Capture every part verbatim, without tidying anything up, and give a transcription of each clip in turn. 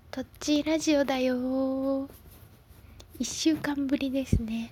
とっちーラジオだよ。一週間ぶりですね。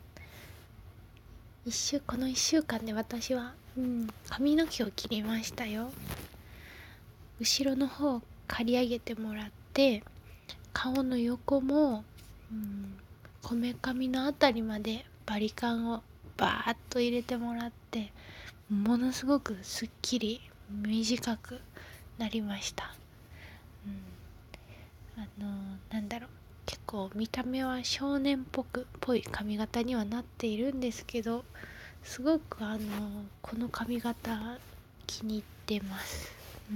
一週この一週間で私は、うん、髪の毛を切りましたよ。後ろの方を刈り上げてもらって、顔の横も、うん、こめかみのあたりまでバリカンをバーッと入れてもらって、ものすごくすっきり短くなりました。うん、あのー、なんだろう結構見た目は少年っぽくぽい髪型にはなっているんですけど、すごくあのー、この髪型気に入ってます。うん、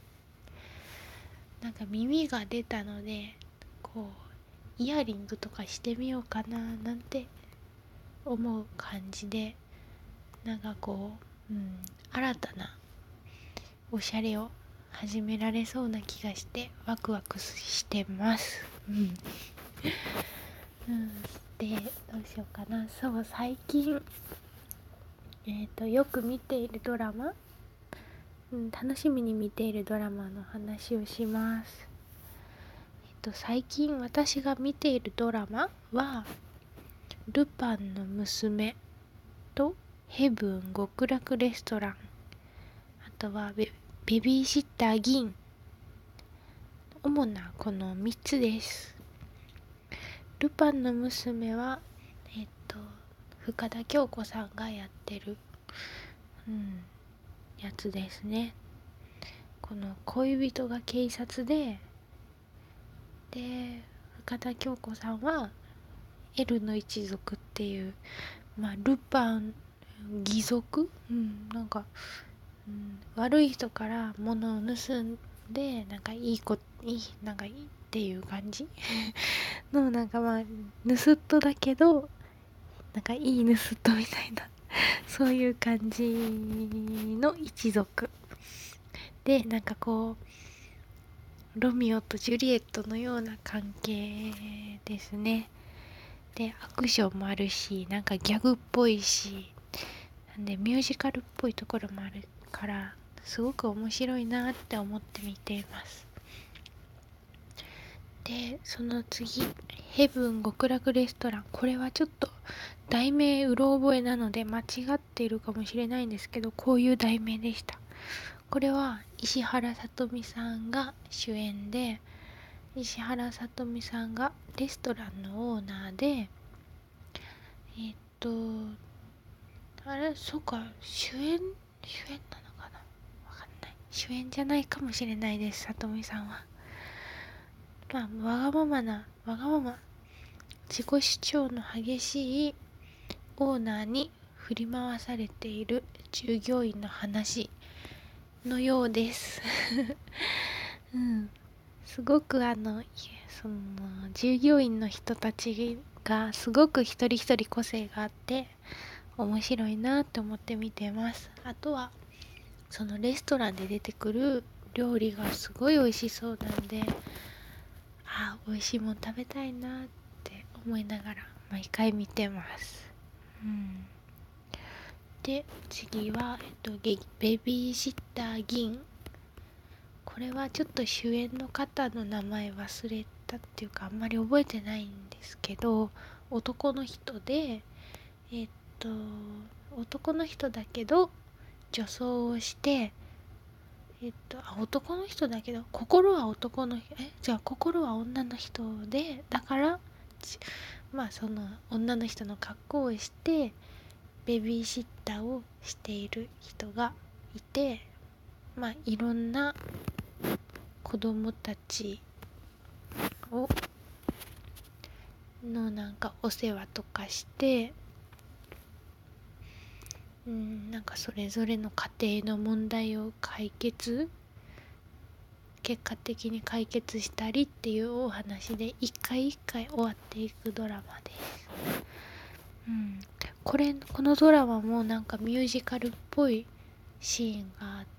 なんか耳が出たので、こうイヤリングとかしてみようかななんて思う感じで、なんかこう、うん、新たなおしゃれを始められそうな気がしてワクワクしてます。うん、うん、でどうしようかな。そう最近えーとよく見ているドラマ、うん、楽しみに見ているドラマの話をします。えっと最近私が見ているドラマはルパンの娘とヘブン極楽レストラン、あとはベ、ベビーシッター銀、主なこのみっつです。ルパンの娘はえっと深田恭子さんがやってる、うん、やつですね。この恋人が警察で、で深田恭子さんは L の一族っていう、まあルパン義族、うん、なんか、うん、悪い人から物を盗んで、なんかいい子いいなんかいいっていう感じの、なんかまあ盗っ人だけどなんかいい盗っ人みたいなそういう感じの一族で、なんかこうロミオとジュリエットのような関係ですね。でアクションもあるし、なんかギャグっぽいし、なんでミュージカルっぽいところもあるから、すごく面白いなって思って見ています。でその次、ヘブン極楽レストラン、これはちょっと題名うろ覚えなので間違っているかもしれないんですけど、こういう題名でした。これは石原さとみさんが主演で、石原さとみさんがレストランのオーナーで、えっとあれそうか主演主演なのかな、わかんない、主演じゃないかもしれないです。さとみさんはまあわがままなわがまま自己主張の激しいオーナーに振り回されている従業員の話のようです、うん、すごくあのその従業員の人たちがすごく一人一人個性があって面白いなって思って見てます。あとはそのレストランで出てくる料理がすごい美味しそうなんで、あ美味しいもん食べたいなって思いながら毎回見てます。うん、で次は、えっと、ベビーシッター銀、これはちょっと主演の方の名前忘れたっていうか、あんまり覚えてないんですけど、男の人で、えっと男の人だけど女装をして、えっとあ男の人だけど心は男のえじゃあ心は女の人で、だからまあその女の人の格好をしてベビーシッターをしている人がいて、まあいろんな子供たちをのなんかお世話とかして、うん、なんかそれぞれの家庭の問題を解決結果的に解決したりっていうお話で、一回一回終わっていくドラマです。うん、これこのドラマもなんかミュージカルっぽいシーンがあって、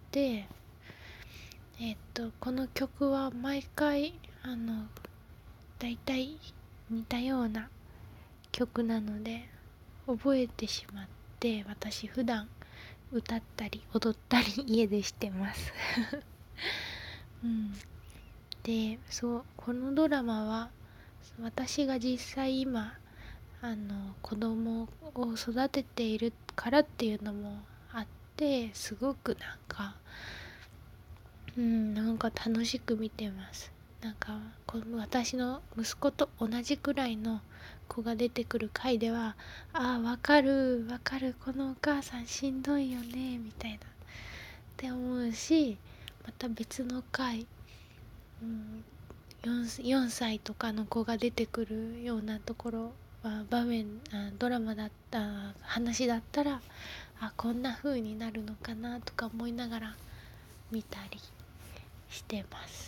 えっとこの曲は毎回あのだいたい似たような曲なので覚えてしまって、私普段歌ったり踊ったり家でしてますうん、 で、そうこのドラマは私が実際今あの子供を育てているからっていうのもあって、すごくなんかうんなんか楽しく見てます。なんかこの私の息子と同じくらいの子が出てくる回では、ああわかるわかる、このお母さんしんどいよねみたいなって思うし、また別の回、うん、4, よんさいとかの子が出てくるようなところは場面あドラマだった話だったら、あこんな風になるのかなとか思いながら見たりしてます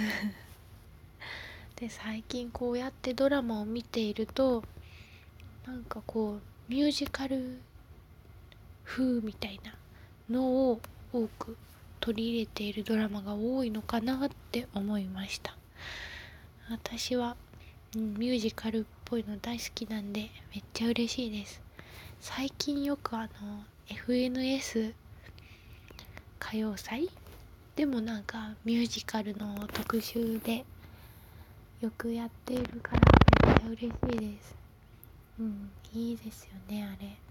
で最近こうやってドラマを見ていると、なんかこうミュージカル風みたいなのを多く取り入れているドラマが多いのかなって思いました。私は、うん、ミュージカルっぽいの大好きなんでめっちゃ嬉しいです。最近よくあの エフエヌエス 歌謡祭でもなんかミュージカルの特集でよくやっているからめっちゃ嬉しいです。うん、いいですよねあれ。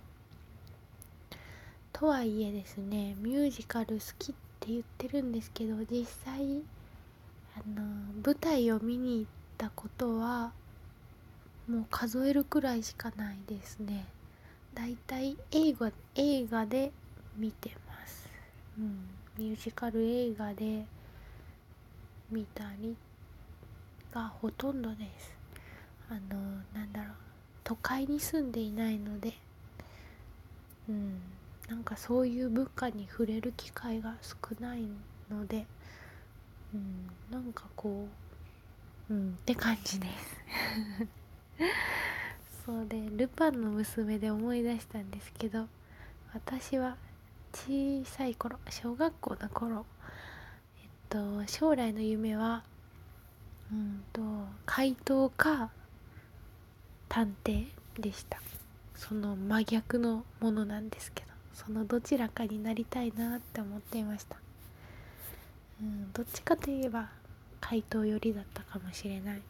とはいえですね、ミュージカル好きって言ってるんですけど、実際あの舞台を見に行ったことはもう数えるくらいしかないですね。だいたい映画映画で見てます。うん、ミュージカル映画で見たりがほとんどです。あのなんだろう、都会に住んでいないので、うん、なんかそういう文化に触れる機会が少ないので、うん、なんかこう、うん、って感じですそうで、ルパンの娘で思い出したんですけど、私は小さい頃、小学校の頃、えっと将来の夢はうんと怪盗か探偵でした。その真逆のものなんですけど、そのどちらかになりたいなって思っていました。うん、どっちかといえば怪盗寄りだったかもしれない。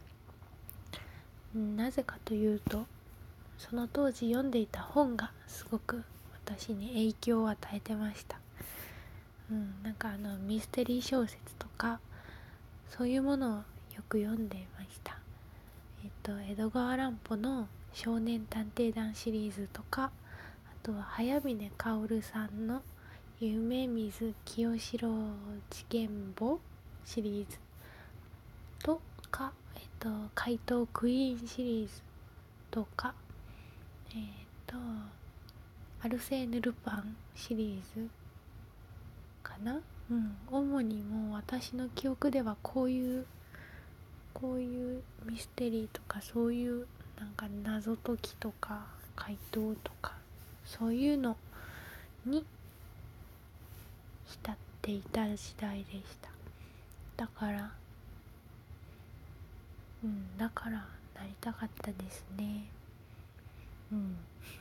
うん、なぜかというと、その当時読んでいた本がすごく私に影響を与えてました。うん、なんかあのミステリー小説とかそういうものをよく読んでいました。えっと江戸川乱歩の少年探偵団シリーズとか、あとは早峰薫さんの夢水清志郎事件簿シリーズとか、えっと怪盗クイーンシリーズとか、えっとアルセーヌ・ルパンシリーズかな。うん、主にもう私の記憶ではこういうこういうミステリーとか、そういうなんか謎解きとか怪盗とかそういうのに浸っていた時代でした。だからうんだからなりたかったですね。うん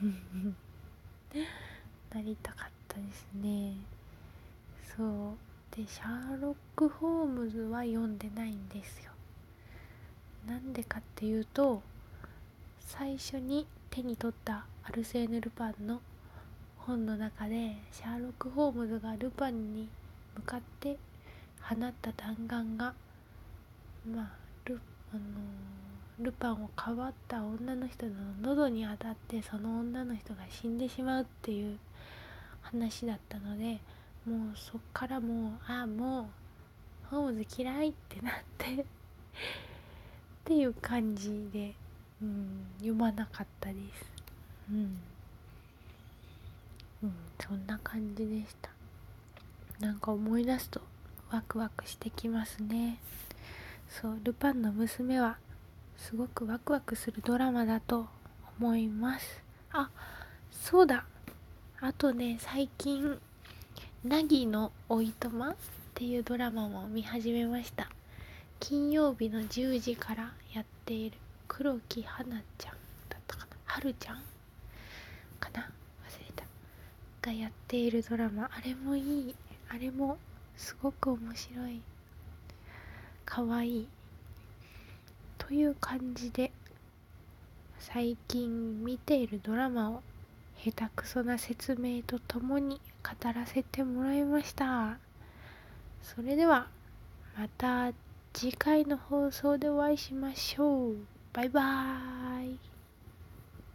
なりたかったですね。そうで、シャーロック・ホームズは読んでないんですよ。なんでかっていうと、最初に手に取ったアルセーヌ・ルパンの本の中で、シャーロック・ホームズがルパンに向かって放った弾丸が、まあ ル, あのルパンをかばった女の人の喉に当たって、その女の人が死んでしまうっていう話だったので、もうそっからもうああもうホームズ嫌いってなってっていう感じで、うん、読まなかったです。うん、うん、そんな感じでした。なんか思い出すとワクワクしてきますね。そう、ルパンの娘はすごくワクワクするドラマだと思います。あ、そうだ。あとね、最近ナギのおいとまっていうドラマも見始めました。金曜日のじゅうじからやっている黒木華ちゃんだったかな、はるちゃんかな、忘れた、がやっているドラマ、あれもいい。あれもすごく面白い。 かわいいという感じで、最近見ているドラマを下手くそな説明とともに語らせてもらいました。それではまた次回の放送でお会いしましょう。バイバーイ。